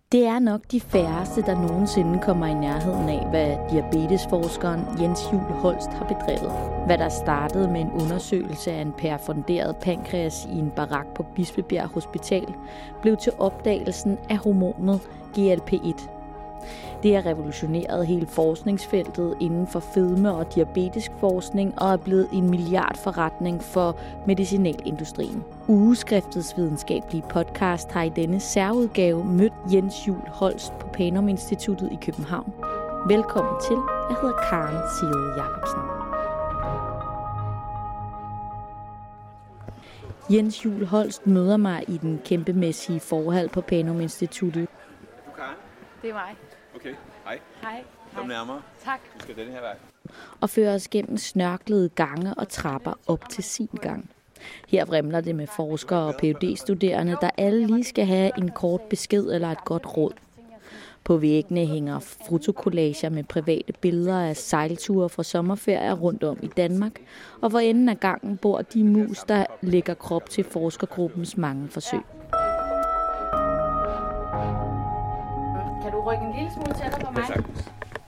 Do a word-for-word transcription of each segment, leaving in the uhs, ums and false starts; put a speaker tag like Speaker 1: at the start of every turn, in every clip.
Speaker 1: Det er nok de færreste, der nogensinde kommer i nærheden af, hvad diabetesforskeren Jens Juul Holst har bedrevet. Hvad der startede med en undersøgelse af en perfunderet pankreas i en barak på Bispebjerg Hospital, blev til opdagelsen af hormonet G L P et. Det har revolutioneret hele forskningsfeltet inden for fedme- og diabetisk forskning og er blevet en milliardforretning for medicinalindustrien. Ugeskriftets videnskabelige podcast har i denne særudgave mødt Jens Juul Holst på Panum Instituttet i København. Velkommen til. Jeg hedder Karen Sigrid Jacobsen. Jens Juul Holst møder mig i den kæmpemæssige forhal på Panum Instituttet.
Speaker 2: Du Karen?
Speaker 3: Det er mig.
Speaker 2: Okay, hej.
Speaker 3: Hej.
Speaker 2: Kom nærmere.
Speaker 3: Tak.
Speaker 2: Du skal denne her vej.
Speaker 1: Og fører os gennem snørklede gange og trapper op til sin gang. Her vrimler det med forskere og P H D-studerende, der alle lige skal have en kort besked eller et godt råd. På væggene hænger fotokollager med private billeder af sejlture fra sommerferier rundt om i Danmark, og hvor enden af gangen bor de mus, der lægger krop til forskergruppens mange forsøg.
Speaker 3: Kan du rykke en lille smule tættere på mig?
Speaker 2: Ja, sagtens.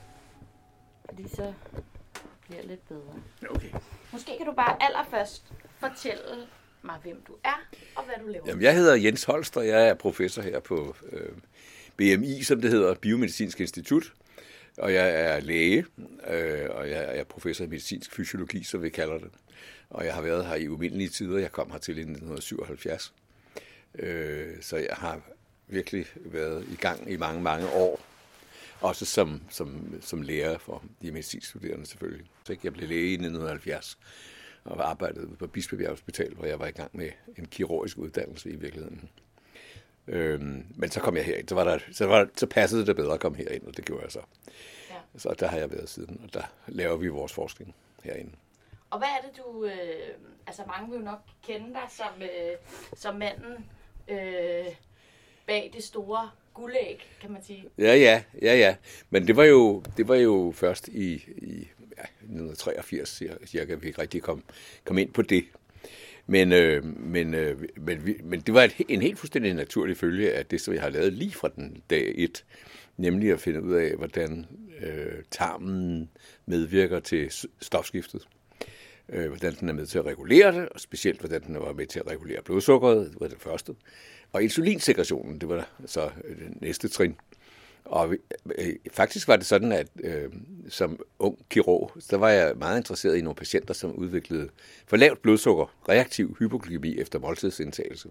Speaker 3: Fordi så bliver det lidt bedre.
Speaker 2: Okay.
Speaker 3: Måske kan du bare allerførst fortælle mig, hvem du er og hvad du laver.
Speaker 2: Jamen, jeg hedder Jens Holst, og jeg er professor her på øh, B M I, som det hedder, Biomedicinsk Institut. Og jeg er læge, øh, og jeg er professor i medicinsk fysiologi, som vi kalder det. Og jeg har været her i umindelige tider. Jeg kom hertil i nitten syvoghalvfjerds. Øh, så jeg har virkelig været i gang i mange, mange år. Også som, som, som lærer for de medicinstuderende selvfølgelig. Så jeg blev læge i nitten halvfjerds og arbejdede på Bispebjerg Hospital, hvor jeg var i gang med en kirurgisk uddannelse i virkeligheden. Øhm, men så kom jeg herind. Så, var der, så, var, så passede det bedre at komme herind, og det gjorde jeg så. Ja. Så der har jeg været siden, og der laver vi vores forskning herinde.
Speaker 3: Og hvad er det, du... Øh, altså mange vil jo nok kende dig som, øh, som manden øh, bag det store guldæg, kan man sige.
Speaker 2: Ja, ja, ja, ja. Men det var jo, det var jo først i, i ja, nitten treogfirs, cirka, vi ikke rigtig kom, kom ind på det. Men, øh, men, øh, men, vi, men det var et, en helt fuldstændig naturlig følge af det, som jeg har lavet lige fra den dag et. Nemlig at finde ud af, hvordan øh, tarmen medvirker til stofskiftet. Øh, hvordan den er med til at regulere det, og specielt hvordan den var med til at regulere blodsukkeret, det var det første. Og insulinsekretionen, det var så det næste trin. Og øh, faktisk var det sådan, at øh, som ung kirurg, der var jeg meget interesseret i nogle patienter, som udviklede for lavt blodsukker, reaktiv hypoglykemi efter måltidsindtagelse.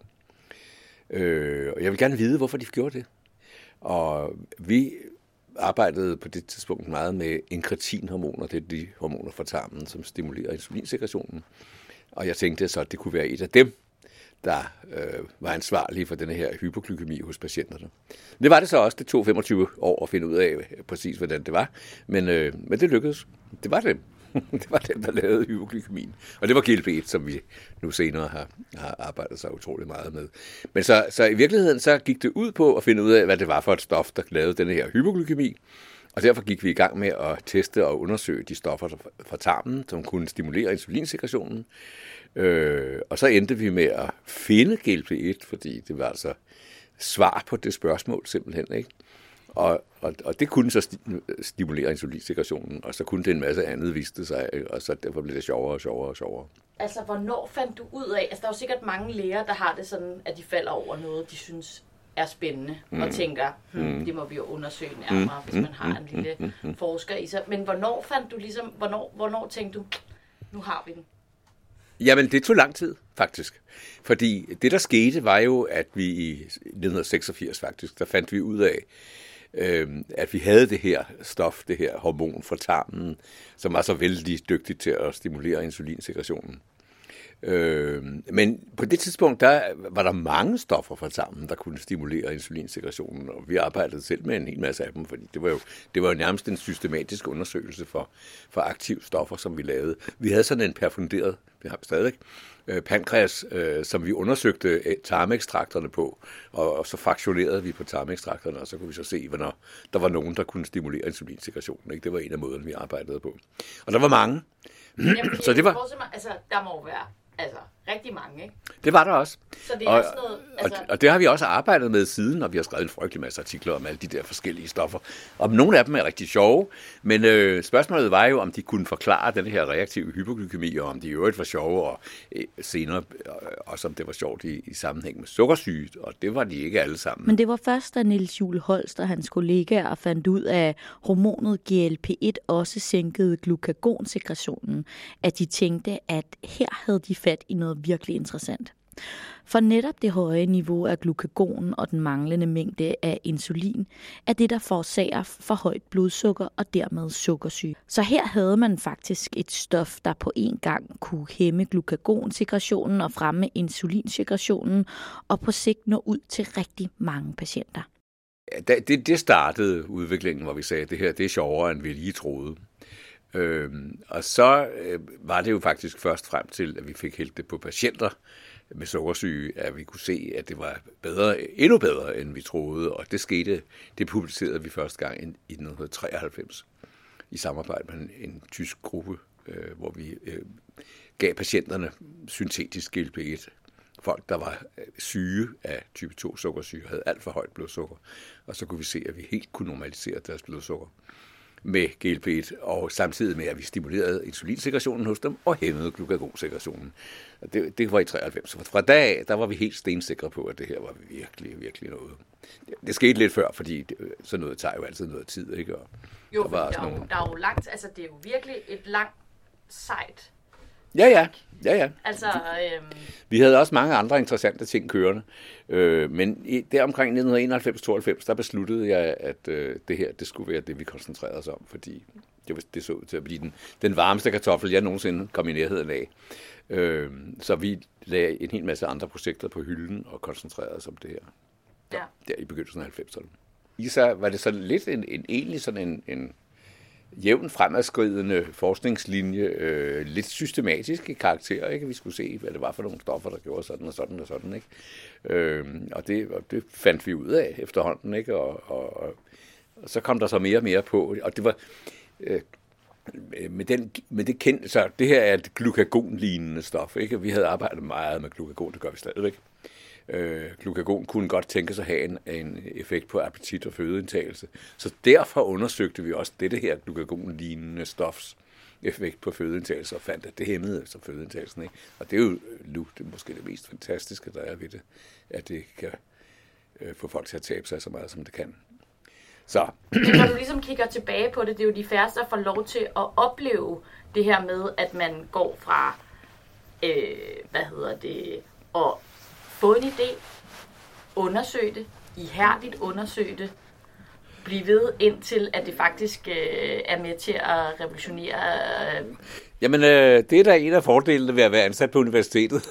Speaker 2: Øh, og jeg vil gerne vide, hvorfor de gjorde det. Og vi arbejdede på det tidspunkt meget med inkretinhormoner, det er de hormoner fra tarmen, som stimulerer insulinsekretionen. Og jeg tænkte så, at det kunne være et af dem, der øh, var ansvarlige for denne her hypoglykemi hos patienterne. Det var det så også. Det tog femogtyve år at finde ud af præcis, hvordan det var. Men, øh, men det lykkedes. Det var dem. Det var dem, der lavede hypoglykemien. Og det var G L P et, som vi nu senere har, har arbejdet så utrolig meget med. Men så, så i virkeligheden så gik det ud på at finde ud af, hvad det var for et stof, der lavede denne her hypoglykemi. Og derfor gik vi i gang med at teste og undersøge de stoffer fra tarmen, som kunne stimulere insulinsekretionen. Øh, og så endte vi med at finde G L P et, fordi det var altså svar på det spørgsmål simpelthen, ikke? Og, og, og det kunne så stimulere insulinsekretionen, og så kunne det en masse andet viste sig, og så derfor blev det sjovere og sjovere og sjovere.
Speaker 3: Altså, hvornår fandt du ud af, altså der er jo sikkert mange læger, der har det sådan, at de falder over noget, de synes er spændende, mm. og tænker, hmm, mm. det må vi jo undersøge nærmere, mm. hvis man har en lille mm. Mm. forsker i sig. Men hvornår fandt du ligesom, hvornår, hvornår tænkte du, nu har vi den?
Speaker 2: Jamen, det tog lang tid, faktisk. Fordi det, der skete, var jo, at vi i nitten seksogfirs faktisk, der fandt vi ud af, øh, at vi havde det her stof, det her hormon fra tarmen, som var så vældig dygtigt til at stimulere insulinsekretionen. Øh, men på det tidspunkt, der var der mange stoffer fra tarmen, der kunne stimulere insulinsekretionen, og vi arbejdede selv med en hel masse af dem, fordi det var jo, det var jo nærmest en systematisk undersøgelse for, for aktive stoffer, som vi lavede. Vi havde sådan en perfunderet, vi har stadig, øh, pankreas, øh, som vi undersøgte tarmekstrakterne på, og, og så fraktionerede vi på tarmekstrakterne, og så kunne vi så se, hvornår der var nogen, der kunne stimulere insulinsekretionen. Ikke? Det var en af måderne, vi arbejdede på. Og der var mange.
Speaker 3: Jamen,
Speaker 2: så det var...
Speaker 3: Altså, der må være altså, rigtig mange, ikke?
Speaker 2: Det var der også.
Speaker 3: Så det er
Speaker 2: og,
Speaker 3: også noget, altså...
Speaker 2: og, og det har vi også arbejdet med siden, og vi har skrevet en frygtelig masse artikler om alle de der forskellige stoffer. Og nogle af dem er rigtig sjove, men øh, spørgsmålet var jo, om de kunne forklare den her reaktive hypoglykemi, og om de i øvrigt var sjove, og øh, senere øh, også om det var sjovt i, i sammenhæng med sukkersyge, og det var de ikke alle sammen.
Speaker 1: Men det var først, da Niels Juel Holst og hans kollegaer fandt ud af, at hormonet G L P et også sænkede glukagonsekrationen, at de tænkte, at her havde de fat i noget virkelig interessant. For netop det høje niveau af glukagon og den manglende mængde af insulin er det, der forårsager for højt blodsukker og dermed sukkersyge. Så her havde man faktisk et stof, der på en gang kunne hæmme glukagonsekrationen og fremme insulinsekrationen og på sigt nå ud til rigtig mange patienter.
Speaker 2: Ja, det, det startede udviklingen, hvor vi sagde, at det her det er sjovere, end vi lige troede. Øhm, og så øh, var det jo faktisk først frem til, at vi fik hældt det på patienter med sukkersyge, at vi kunne se, at det var bedre, endnu bedre, end vi troede. Og det skete, det publicerede vi første gang i nitten treoghalvfems i samarbejde med en, en tysk gruppe, øh, hvor vi øh, gav patienterne syntetisk G L P et. Folk, der var syge af type to sukkersyge, havde alt for højt blodsukker. Og så kunne vi se, at vi helt kunne normalisere deres blodsukker med G L P et, og samtidig med, at vi stimulerede insulinsekrationen hos dem og hæmmede glukagonsekrationen. Det, det var i treoghalvfems. Så fra dag af, der var vi helt stensikre på, at det her var virkelig, virkelig noget. Det, det skete lidt før, fordi det, sådan noget tager jo altid noget tid, ikke? Og
Speaker 3: jo,
Speaker 2: der, var
Speaker 3: der,
Speaker 2: nogle...
Speaker 3: jo, der er jo langt, altså det er jo virkelig et langt, sejt.
Speaker 2: Ja, ja. Ja, ja.
Speaker 3: Altså, øhm...
Speaker 2: Vi havde også mange andre interessante ting kørende, øh, men i, der omkring nitten enoghalvfems tooghalvfems, der besluttede jeg, at øh, det her, det skulle være det, vi koncentrerede os om, fordi det, det så ud til at blive den, den varmeste kartoffel, jeg nogensinde kom i nærheden af. Øh, så vi lagde en hel masse andre projekter på hylden og koncentrerede os om det her. Der, ja. Der i begyndelsen af halvfemserne. I så var det sådan lidt en, en egentlig sådan en, en jævn fremadskridende forskningslinje, øh, lidt systematisk i karakter, ikke? Vi skulle se, hvad det var for nogle stoffer, der gjorde sådan og sådan og sådan, ikke? Øh, og, det, og det fandt vi ud af efterhånden, ikke? Og, og, og, og så kom der så mere og mere på, og det var øh, med, den, med det kendte, så det her er et glukagon-lignende stof, ikke? Vi havde arbejdet meget med glukagon, det gør vi stadigvæk. Øh, glukagon kunne godt tænke sig at have en, en effekt på appetit og fødeindtagelse. Så derfor undersøgte vi også dette her glukagon-lignende stofs effekt på fødeindtagelse og fandt, at det hæmmede altså fødeindtagelsen. Ikke? Og det er jo nu det er måske det mest fantastiske, der er ved det, at det kan øh, få folk til at tabe sig så meget, som det kan. Så.
Speaker 3: Men når du ligesom kigger tilbage på det, det er jo de færreste, der får lov til at opleve det her med, at man går fra, øh, hvad hedder det, og få en idé, undersøge det, ihærdigt undersøge det, blive ved indtil, at det faktisk øh, er med til at revolutionere. Øh.
Speaker 2: Jamen, øh, det er da en af fordelene ved at være ansat på universitetet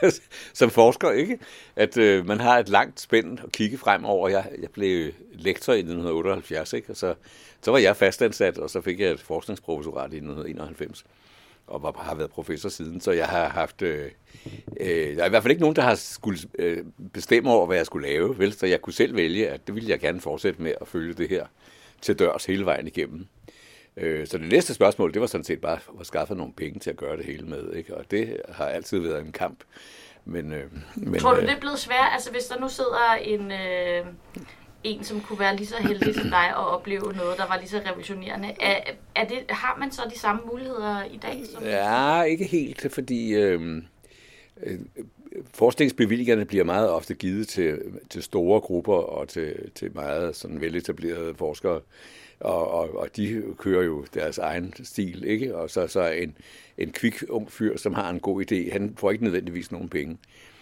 Speaker 2: som forsker, ikke? At øh, man har et langt spænd at kigge fremover. Jeg, jeg blev lektor i nitten otteoghalvfjerds, ikke? Og så, så var jeg fastansat, og så fik jeg et forskningsprofessorat i nitten enoghalvfems. Og var, har været professor siden, så jeg har haft... Øh, øh, der er i hvert fald ikke nogen, der har skulle øh, bestemme over, hvad jeg skulle lave, vel? Så jeg kunne selv vælge, at det ville jeg gerne fortsætte med at følge det her til dørs hele vejen igennem. Øh, så det næste spørgsmål, det var sådan set bare at skaffe nogle penge til at gøre det hele med, ikke? Og det har altid været en kamp. Men, øh, men,
Speaker 3: tror du, det er blevet svært? Altså, hvis der nu sidder en... Øh en, som kunne være lige så heldig som dig og opleve noget, der var lige så revolutionerende. Er, er det, har man så de samme muligheder i dag? Som
Speaker 2: ja, ikke helt, fordi øh, øh, forskningsbevillingerne bliver meget ofte givet til, til store grupper og til, til meget sådan veletablerede forskere, og, og, og de kører jo deres egen stil, ikke? Og så, så en, en kvik ung fyr, som har en god idé, han får ikke nødvendigvis nogen penge.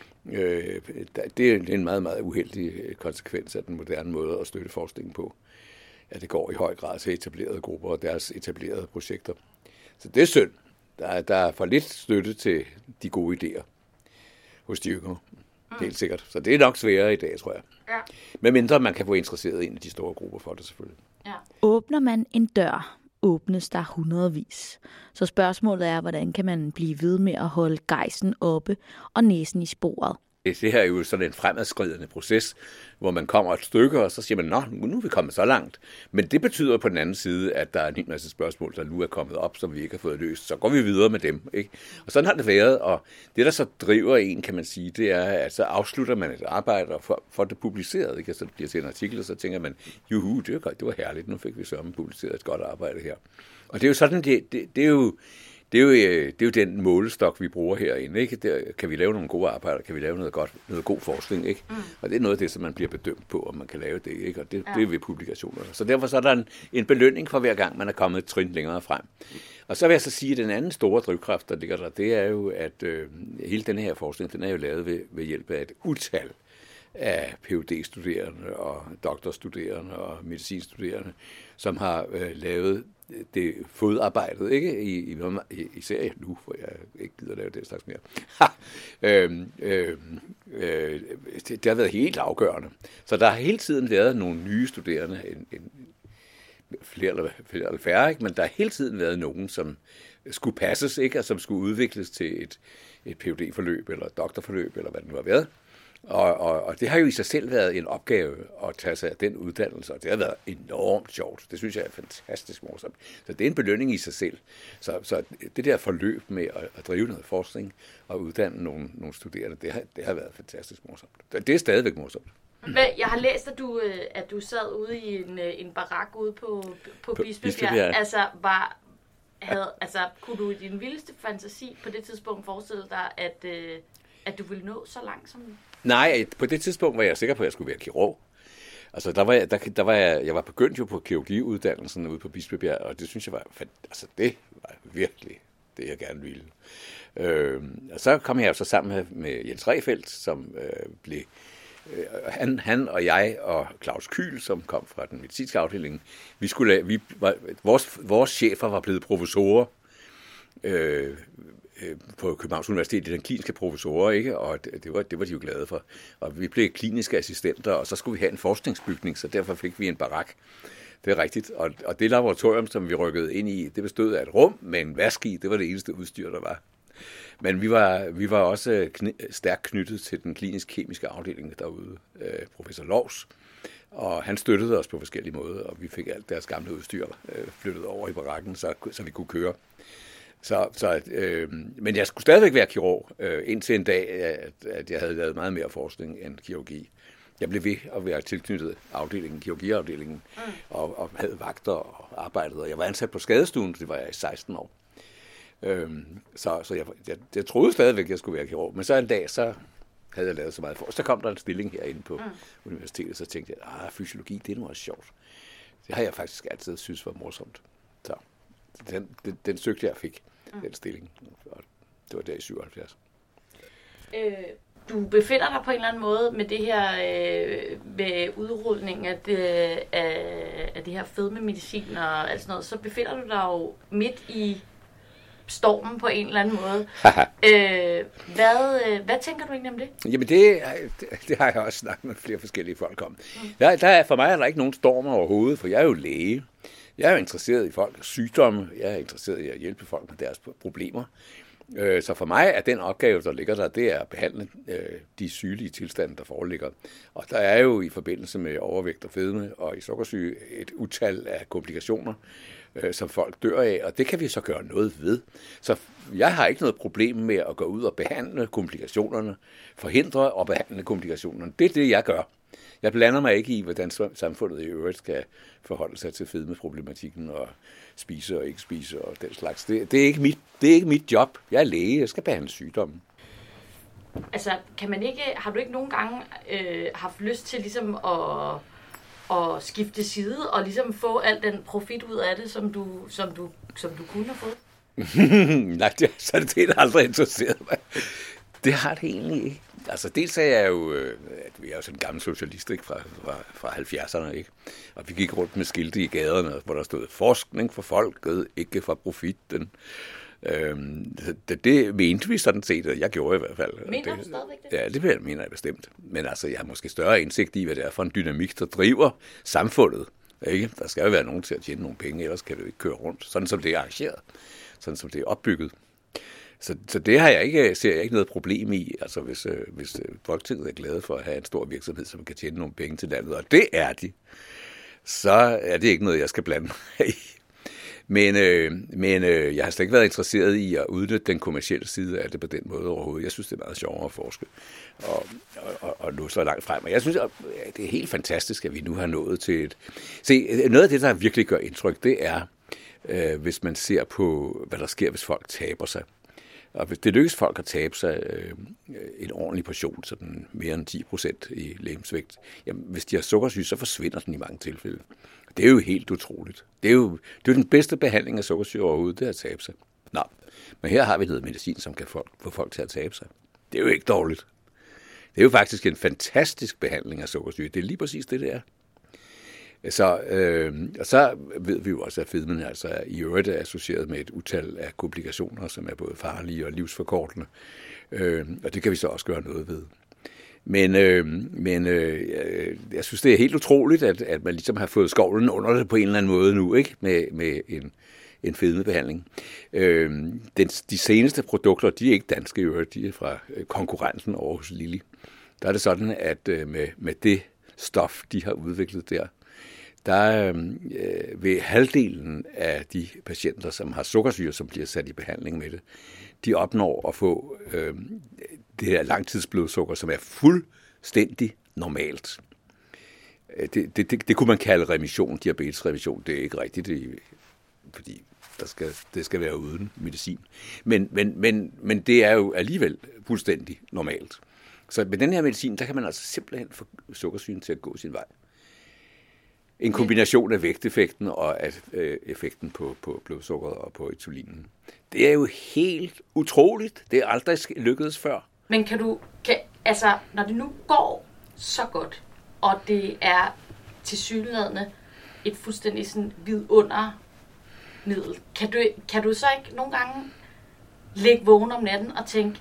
Speaker 2: Det er en meget, meget uheldig konsekvens af den moderne måde at støtte forskningen på, at det går i høj grad til etablerede grupper og deres etablerede projekter. Så det er synd. Der er, der er for lidt støtte til de gode idéer hos de yngre. Mm. Helt sikkert. Så det er nok sværere i dag, tror jeg. Ja. Men mindre man kan få interesseret en af de store grupper for det selvfølgelig.
Speaker 1: Ja. Åbner man en dør, åbnes der hundredvis. Så spørgsmålet er, hvordan kan man blive ved med at holde gejsen oppe og næsen i sporet?
Speaker 2: det her er jo sådan en fremadskridende proces, hvor man kommer et stykke, og så siger man, nå, nu er vi kommet så langt. Men det betyder på den anden side, at der er en masse spørgsmål, der nu er kommet op, som vi ikke har fået løst. Så går vi videre med dem, ikke? Og sådan har det været, og det, der så driver en, kan man sige, det er, at så afslutter man et arbejde og får, får det publiceret, ikke? Så det bliver til en artikel, og så tænker man, juhu, det var godt, det var herligt, nu fik vi så publiceret et godt arbejde her. Og det er jo sådan, det, det, det er jo... Det er, jo, det er jo den målestok, vi bruger herinde, ikke? Der kan vi lave nogle gode arbejder, kan vi lave noget godt, noget god forskning, ikke? Mm. Og det er noget af det, som man bliver bedømt på, om man kan lave det, ikke? Og det, ja. det er ved publikationerne. Så derfor så er der en, en belønning for hver gang, man er kommet et trin længere frem. Og så vil jeg så sige, at den anden store drivkraft, der ligger der, det er jo, at øh, hele den her forskning, den er jo lavet ved, ved hjælp af et utal af P H D-studerende og doktorstuderende og medicinstuderende, som har øh, lavet det fodarbejdet, ikke? I, i, især nu, hvor jeg ikke gider lave det slags mere. øhm, øhm, øh, det, det har været helt afgørende. Så der har hele tiden været nogle nye studerende, en, en, flere, eller, flere eller færre, ikke? Men der har hele tiden været nogen, som skulle passes, ikke? Og som skulle udvikles til et, et P H D-forløb eller et doktorforløb, eller hvad det nu har været. Og, og, og det har jo i sig selv været en opgave at tage sig af den uddannelse, og det har været enormt sjovt. Det synes jeg er fantastisk morsomt. Så det er en belønning i sig selv. Så, så det der forløb med at, at drive noget forskning og uddanne nogle, nogle studerende, det har, det har været fantastisk morsomt. Det er stadigvæk morsomt.
Speaker 3: Jeg har læst, at du, at du sad ude i en, en barak ude på, på, på Bispebjerg. Altså, var, havde, altså, kunne du i din vildeste fantasi på det tidspunkt forestille dig, at, at du ville nå så langt som...
Speaker 2: Nej, på det tidspunkt var jeg sikker på, at jeg skulle være kirurg. Altså, der var jeg, der, der var jeg, jeg var begyndt jo på kirurgiuddannelsen ude på Bispebjerg, og det synes jeg var, altså det var virkelig det, jeg gerne ville. Øh, og så kom jeg jo så sammen med, med Jens Rehfeldt, som øh, blev, øh, han, han og jeg og Claus Kyhl, som kom fra den medicinske afdeling, vi skulle, vi var, vores, vores chefer var blevet professorer, øh, på Københavns Universitet i den kliniske professorer, ikke? Og det, det, var, det var de jo glade for. Og vi blev kliniske assistenter, og så skulle vi have en forskningsbygning, så derfor fik vi en barak. Det er rigtigt. Og, og det laboratorium, som vi rykkede ind i, det bestod af et rum med en vask i. Det var det eneste udstyr, der var. Men vi var, vi var også kn- stærkt knyttet til den klinisk-kemiske afdeling derude, øh, professor Lovs. Og han støttede os på forskellige måder, og vi fik alt deres gamle udstyr øh, flyttet over i barakken, så, så vi kunne køre. Så, så, øh, men jeg skulle stadigvæk være kirurg, øh, indtil en dag, at, at jeg havde lavet meget mere forskning end kirurgi. Jeg blev ved at være tilknyttet afdelingen, kirurgiafdelingen, mm. og, og havde vagter og arbejdede. Og jeg var ansat på skadestuen, det var jeg i seksten år. Øh, så så jeg, jeg, jeg troede stadigvæk, at jeg skulle være kirurg. Men så en dag, så havde jeg lavet så meget forskning. Så kom der en stilling herinde på mm. universitetet, så tænkte jeg, at fysiologi, det er noget sjovt. Det har jeg faktisk altid synes var morsomt. Så den, den, den søgte jeg fik. Den stilling. Og det var der i syvoghalvfjerds. Øh,
Speaker 3: du befinder dig på en eller anden måde med det her øh, med udrulning af det, af, af det her fedmemedicin og alt sådan noget, så befinder du dig jo midt i stormen på en eller anden måde. øh, hvad, øh, hvad tænker du egentlig om det?
Speaker 2: Jamen det, det, det har jeg også snakket med flere forskellige folk om. Mm. Der, der er, for mig er der ikke nogen stormer overhovedet, for jeg er jo læge. Jeg er jo interesseret i folks sygdomme, jeg er interesseret i at hjælpe folk med deres problemer. Så for mig er den opgave, der ligger der, det er at behandle de sygelige tilstande, der foreligger. Og der er jo i forbindelse med overvægt og fedme og i sukkersyge et utal af komplikationer, som folk dør af, og det kan vi så gøre noget ved. Så jeg har ikke noget problem med at gå ud og behandle komplikationerne, forhindre og behandle komplikationerne. Det er det, jeg gør. Jeg blander mig ikke i, hvordan samfundet i øvrigt skal forholde sig til fedmeproblematikken og spise og ikke spise og den slags. Det, det, er ikke mit, det er ikke mit job. Jeg er læge, jeg skal behandle sygdommen.
Speaker 3: Altså, kan man ikke, har du ikke nogle gange øh, haft lyst til ligesom at, at skifte side og ligesom få al den profit ud af det, som du, som du, som du kunne have fået?
Speaker 2: Nej, det, så er det det, der aldrig interesseret mig. Det har det egentlig ikke. Altså, dels er jeg jo, at vi er jo sådan en gammel socialist, ikke, fra, fra, fra halvfjerdserne, ikke? Og vi gik rundt med skilte i gaderne, hvor der stod forskning for folket, ikke for profitten. Øhm, det, det mente vi sådan set, og jeg gjorde i hvert fald.
Speaker 3: Mener du stadigvæk det?
Speaker 2: Ja, det mener jeg bestemt. Men altså, jeg har måske større indsigt i, hvad det er for en dynamik, der driver samfundet. Ikke? Der skal jo være nogen til at tjene nogle penge, ellers kan det jo ikke køre rundt, sådan som det er arrangeret, sådan som det er opbygget. Så, så det har jeg ikke, ser jeg ikke noget problem i, altså hvis, øh, hvis øh, Folketinget er glade for at have en stor virksomhed, som kan tjene nogle penge til landet, og det er de, så er det ikke noget, jeg skal blande mig i. Men, øh, men øh, jeg har slet ikke været interesseret i at udnytte den kommercielle side af det på den måde overhovedet. Jeg synes, det er meget sjovere at forske og, og, og nå så langt frem. Og jeg synes, at det er helt fantastisk, at vi nu har nået til et... Se, noget af det, der virkelig gør indtryk, det er, øh, hvis man ser på, hvad der sker, hvis folk taber sig. Og hvis det lykkes folk at tabe sig øh, en ordentlig portion, sådan mere end ti procent i legemsvægt, jamen, hvis de har sukkersyge, så forsvinder den i mange tilfælde. Det er jo helt utroligt. Det er jo, det er jo den bedste behandling af sukkersyge overhovedet, det er at tabe sig. Nå, men her har vi noget medicin, som kan folk, få folk til at tabe sig. Det er jo ikke dårligt. Det er jo faktisk en fantastisk behandling af sukkersyge. Det er lige præcis det, det er. Så, øh, og så ved vi jo også, at fedmen altså i øvrigt er associeret med et utal af komplikationer, som er både farlige og livsforkortende. Øh, og det kan vi så også gøre noget ved. Men, øh, men øh, jeg synes, det er helt utroligt, at, at man ligesom har fået skovlen under det på en eller anden måde nu, ikke? Med, med en, en fedmebehandling. Øh, den, de seneste produkter, de er ikke danske i øvrigt, de er fra konkurrenten over hos Lilly. Der er det sådan, at øh, med, med det stof, de har udviklet der, der øh, ved halvdelen af de patienter, som har sukkersyre, som bliver sat i behandling med det, de opnår at få øh, det her langtidsblodsukker, som er fuldstændig normalt. Det, det, det, det kunne man kalde remission, diabetesremission. Det er ikke rigtigt, det, fordi der skal, det skal være uden medicin. Men, men, men, men det er jo alligevel fuldstændig normalt. Så med den her medicin, der kan man altså simpelthen få sukkersygen til at gå sin vej. En kombination af vægteffekten og af øh, effekten på, på blodsukkeret og på insulinen. Det er jo helt utroligt. Det er aldrig lykkedes før.
Speaker 3: Men kan du, kan, altså, når det nu går så godt, og det er tilsyneladende et fuldstændig sådan vidundermiddel, kan du, kan du så ikke nogle gange ligge vågen om natten og tænke,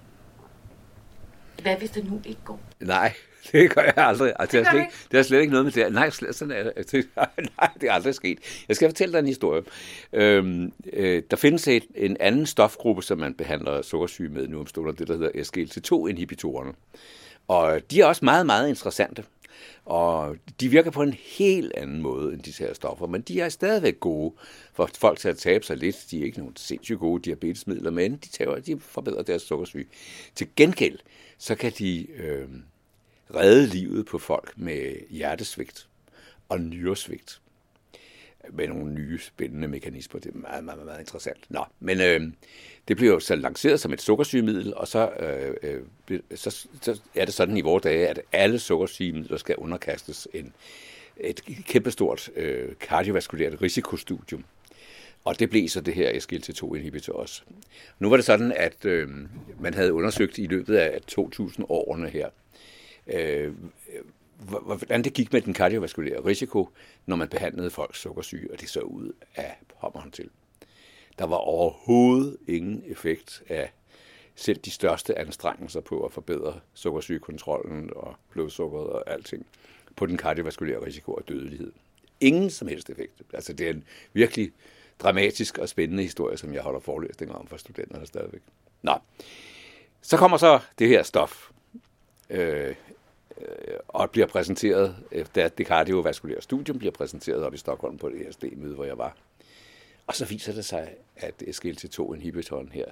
Speaker 3: hvad hvis det nu ikke går?
Speaker 2: Nej, det gør jeg aldrig. Altså, det, det, slet ikke, det er slet ikke noget med det. Nej, slet, sådan er det. Nej, det er aldrig sket. Jeg skal fortælle dig en historie. Øhm, øh, der findes et, en anden stofgruppe, som man behandler sukkersyge med nu om stunder, det der hedder S G L T to inhibitorerne. Og de er også meget, meget interessante. Og de virker på en helt anden måde end disse her stoffer, men de er stadigvæk gode for folk til at tabe sig lidt. De er ikke nogen sindssygt gode diabetesmidler, men de, tager, de forbedrer deres sukkersyge. Til gengæld, så kan de øh, redde livet på folk med hjertesvigt og nyresvigt. Med nogle nye spændende mekanismer. Det er meget, meget, meget interessant. Nå, men øh, det bliver jo så lanceret som et sukkersygemiddel, og så, øh, øh, så, så er det sådan i vores dage, at alle sukkersygemidler skal underkastes en, et kæmpestort øh, kardiovaskulært risikostudium. Og det blev så det her S G L T to inhibitor også. Nu var det sådan, at øh, man havde undersøgt i løbet af to tusind årene her, øh, hvordan det gik med den kardiovaskulære risiko, når man behandlede folks sukkersyge, og det så ud af pommeren til. Der var overhovedet ingen effekt af selv de største anstrengelser på at forbedre sukkersygekontrollen og blodsukkeret og alting på den kardiovaskulære risiko og dødelighed. Ingen som helst effekt. Altså det er en virkelig dramatisk og spændende historie, som jeg holder forelæsninger om for studenterne stadigvæk. Nå, så kommer så det her stof, øh, og bliver præsenteret, da det kardiovaskulære studium bliver præsenteret op i Stockholm på det her S D-møde, hvor jeg var. Og så viser det sig, at S G L T to inhibitoren her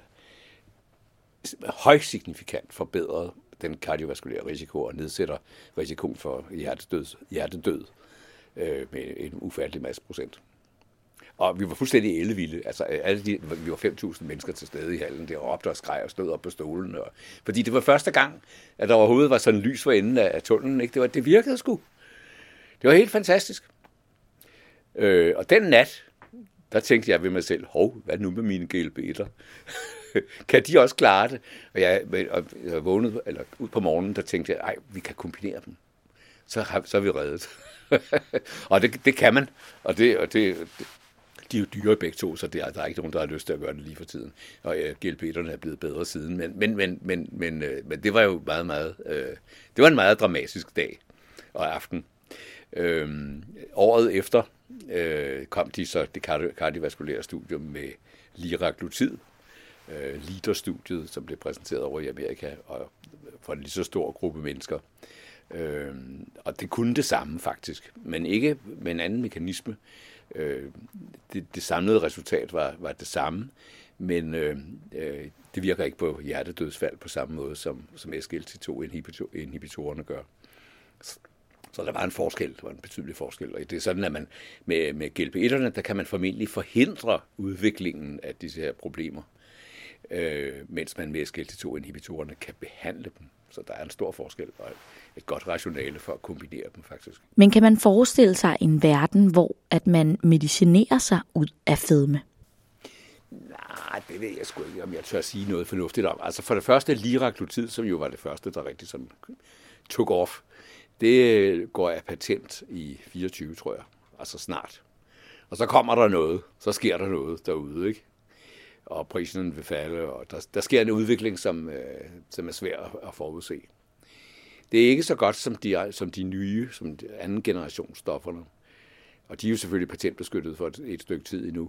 Speaker 2: højst signifikant forbedrer den kardiovaskulære risiko og nedsætter risikoen for hjertedød, hjertedød øh, med en ufattelig masse procent. Og vi var fuldstændig ellevilde. Altså, alle de, vi var fem tusind mennesker til stede i hallen. Der råbte og skreg og stod op på stolen. Og, fordi det var første gang, at der overhovedet var sådan lys for enden af tunnelen. Ikke? Det, var, det virkede sgu. Det var helt fantastisk. Øh, og den nat, der tænkte jeg ved mig selv, hov, hvad nu med mine G L B'er? Kan de også klare det? Og jeg, og jeg vågnede, eller ud på morgenen, der tænkte jeg, ej, vi kan kombinere dem. Så, har, så er vi reddet. Og det, det kan man. Og det, og det, det de er jo dyre begge to, så der, der er ikke nogen, der har lyst til at gøre det lige for tiden. Og ja, G L B'erne er blevet bedre siden. Men, men, men, men, men, øh, men det var jo meget, meget... Øh, det var en meget dramatisk dag og aften. Øh, året efter øh, kom de så det kardiovaskulære studium med liraglutid, øh, LEADER-studiet, som blev præsenteret over i Amerika, og for en lige så stor gruppe mennesker. Øh, og det kunne det samme faktisk, men ikke med en anden mekanisme. Øh, det, det samlede resultat var, var det samme, men øh, øh, det virker ikke på hjertedødsfald på samme måde, som, som S G L T to inhibitorerne gør. Så, så der var en forskel, der var en betydelig forskel. Og det er sådan, at man med, med G L P et'erne, der kan man formentlig forhindre udviklingen af disse her problemer, øh, mens man med S G L T to inhibitorerne kan behandle dem. Så der er en stor forskel og et godt rationale for at kombinere dem faktisk.
Speaker 1: Men kan man forestille sig en verden, hvor at man medicinerer sig ud af fedme?
Speaker 2: Nej, det ved jeg sgu ikke, om jeg tør at sige noget fornuftigt om. Altså for det første, liraglutid, som jo var det første, der rigtig sådan took off, det går af patent i fireogtyve, tror jeg. Altså snart. Og så kommer der noget, så sker der noget derude, ikke? Og prisen vil falde, og der, der sker en udvikling, som, øh, som er svær at, at forudse. Det er ikke så godt som de, som de nye, som de anden generation stofferne. Og de er jo selvfølgelig patentbeskyttet for et, et stykke tid endnu.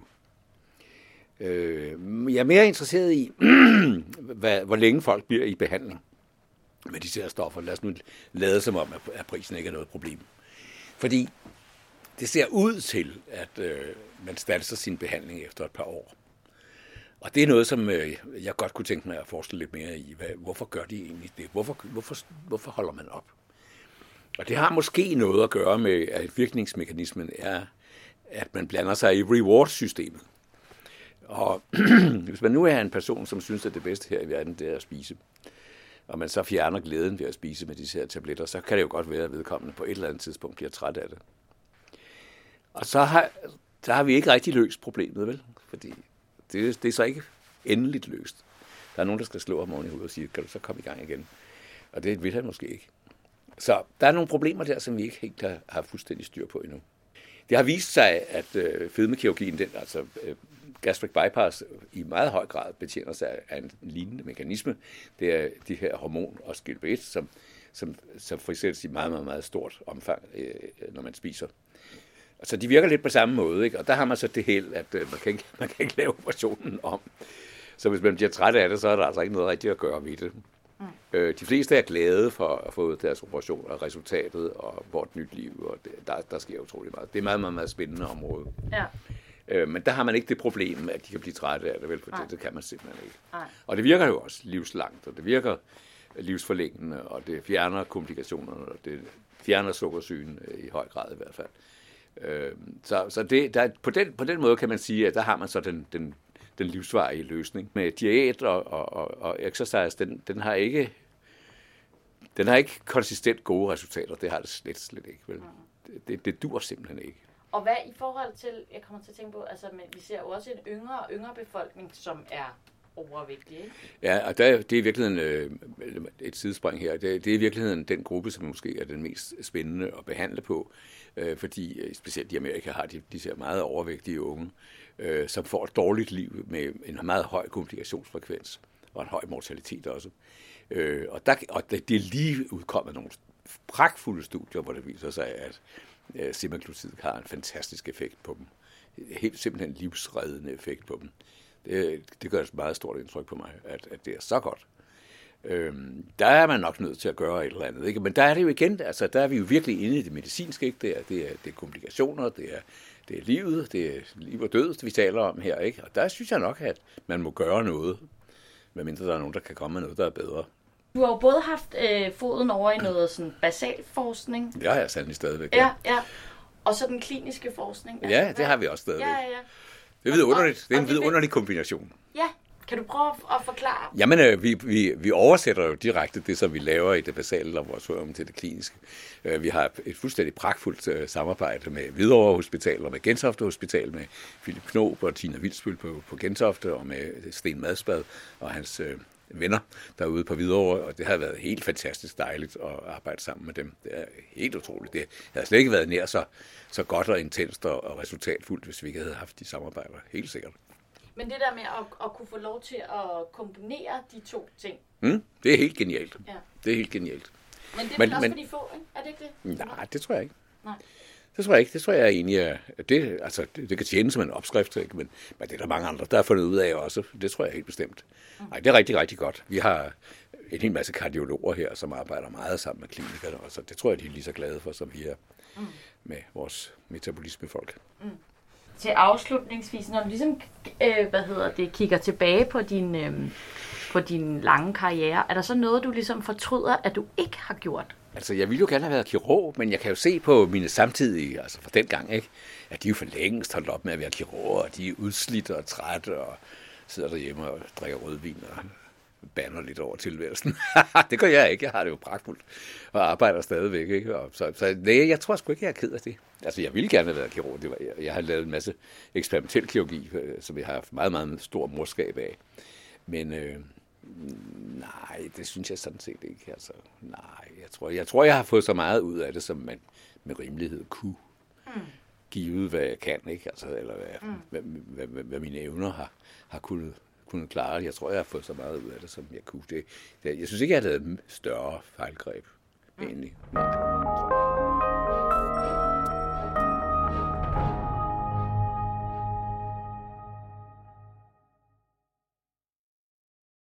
Speaker 2: Øh, jeg er mere interesseret i, hvad, hvor længe folk bliver i behandling med disse her stoffer. Lad os nu lade som om, at prisen ikke er noget problem. Fordi det ser ud til, at øh, man standser sin behandling efter et par år. Og det er noget, som øh, jeg godt kunne tænke mig at forestille lidt mere i. Hvad, hvorfor gør de egentlig det? Hvorfor, hvorfor, hvorfor holder man op? Og det har måske noget at gøre med, at virkningsmekanismen er, at man blander sig i reward-systemet. Og hvis man nu er en person, som synes, at det bedste her i verden, det er at spise, og man så fjerner glæden ved at spise med disse her tabletter, så kan det jo godt være, at vedkommende på et eller andet tidspunkt bliver træt af det. Og så har, så har vi ikke rigtig løst problemet, vel? Fordi det, det er så ikke endeligt løst. Der er nogen, der skal slå ham oven i hovedet og sige, kan du så komme i gang igen? Og det vil han måske ikke. Så der er nogle problemer der, som vi ikke helt har, har fuldstændig styr på endnu. Det har vist sig, at øh, fedmekirurgien, den, altså øh, gastric bypass, i meget høj grad betjener sig af en lignende mekanisme. Det er de her hormon og G L P et, som, som, som frisættes i meget, meget, meget stort omfang, øh, når man spiser. Så de virker lidt på samme måde, ikke? Og der har man så det held, at øh, man, kan ikke, man kan ikke lave operationen om. Så hvis man bliver træt af det, så er der altså ikke noget rigtigt at gøre ved det. Mm. Øh, de fleste er glade for at få deres operation og resultatet og få et nyt liv, og det, der, der sker utrolig meget. Det er meget, meget, meget spændende område. Ja. Øh, men der har man ikke det problem, at de kan blive trætte af det, vel, for det, det kan man simpelthen ikke. Nej. Og det virker jo også livslangt, og det virker livsforlængende, og det fjerner komplikationerne, og det fjerner sukkersygen i høj grad i hvert fald. Øh, så så det, der, på, den, på den måde kan man sige, at der har man så den, den, den livsvarige løsning. Med diæt og, og, og, og exercise, den, den har ikke den har ikke konsistent gode resultater. Det har det slet, slet ikke. Vel? Det, det, det dur simpelthen ikke.
Speaker 3: Og hvad i forhold til, jeg kommer til at tænke på, altså vi ser jo også en yngre og yngre befolkning, som er overvægtig, ikke?
Speaker 2: Ja, og der, det er i virkeligheden øh, et sidespring her. Det, det er i virkeligheden den gruppe, som måske er den mest spændende at behandle på, øh, fordi øh, specielt i Amerika har de disse meget overvægtige unge, øh, som får et dårligt liv med en meget høj komplikationsfrekvens og en høj mortalitet også. Øh, og der, og det er lige udkommet nogle pragtfulde studier, hvor det viser sig, at øh, semaglutid har en fantastisk effekt på dem. Helt simpelthen livsreddende effekt på dem. Det, det gør et meget stort indtryk på mig, at, at det er så godt. Øhm, der er man nok nødt til at gøre et eller andet, ikke? Men der er det jo igen, altså der er vi jo virkelig inde i det medicinske, ikke? Det er, det er, det er komplikationer, det er, det er livet, det er liv og død, vi taler om her, ikke? Og der synes jeg nok, at man må gøre noget, medmindre der er nogen, der kan komme med noget, der er bedre.
Speaker 3: Du har jo både haft øh, foden over i noget sådan basal forskning.
Speaker 2: Ja, jeg er sandelig stadigvæk.
Speaker 3: Ja, ja. Og så den kliniske forskning.
Speaker 2: Altså, ja, det har vi også stadigvæk.
Speaker 3: Ja, ja.
Speaker 2: Det er vidunderligt. Det er en vidunderlig kombination.
Speaker 3: Ja, kan du prøve at forklare?
Speaker 2: Jamen, øh, vi, vi, vi oversætter jo direkte det, som vi laver i det basale laboratorium til det kliniske. Vi har et fuldstændig pragtfuldt øh, samarbejde med Hvidovre Hospital og med Gentofte Hospital, med Philip Knob og Tina Vilsbøl på, på Gentofte og med Sten Madspad og hans øh, venner derude på Hvidovre. Og det har været helt fantastisk dejligt at arbejde sammen med dem. Det er helt utroligt. Det havde slet ikke været nær så, så godt og intenst og, og resultatfuldt, hvis vi ikke havde haft de samarbejder. Helt sikkert.
Speaker 3: Men det der med at, at kunne få lov til at kombinere de to ting.
Speaker 2: Mm, det er helt genialt.
Speaker 3: Ja.
Speaker 2: Det er helt genialt.
Speaker 3: Men det er
Speaker 2: men,
Speaker 3: vel også
Speaker 2: men,
Speaker 3: for de få, ikke? Er det ikke det?
Speaker 2: Nej, det tror jeg ikke.
Speaker 3: Nej.
Speaker 2: Det tror jeg ikke. Det tror jeg egentlig er... Det, altså, det, det kan tjene som en opskrift, ikke? Men, men det er der mange andre, der har fundet ud af også. Det tror jeg helt bestemt. Nej, det er rigtig, rigtig godt. Vi har en hel masse kardiologer her, som arbejder meget sammen med klinikerne, og så det tror jeg, de er lige så glade for, som vi er mm. med vores metabolismefolk. Mm.
Speaker 3: Til afslutningsvis, når du ligesom øh, hvad hedder det, kigger tilbage på din, øh, på din lange karriere, er der så noget, du ligesom fortryder, at du ikke har gjort?
Speaker 2: Altså, jeg ville jo gerne have været kirurg, men jeg kan jo se på mine samtidige, altså fra den gang, ikke, at de jo for længst holdt op med at være kirurger, og de er udslidte og trætte, og sidder derhjemme og drikker rødvin og bander lidt over tilværelsen. Det gør jeg ikke, jeg har det jo pragtfuldt, og arbejder stadigvæk, ikke? Og så, så nej, jeg tror sgu ikke, jeg er ked af det. Altså, jeg ville gerne have været kirurg. Det var, jeg, jeg har lavet en masse eksperimentel kirurgi, som jeg har haft meget, meget stor morskab af. Men øh, nej, det synes jeg sådan set ikke. Altså, nej, jeg tror, jeg tror, jeg har fået så meget ud af det, som man med rimelighed kunne mm. give, hvad jeg kan, ikke? Altså, eller hvad, mm. hvad, hvad, hvad, hvad mine evner har, har kunnet, kunnet klare. Jeg tror, jeg har fået så meget ud af det, som jeg kunne. Det, det, jeg synes ikke, jeg har lavet større fejlgreb, mm. egentlig. Men,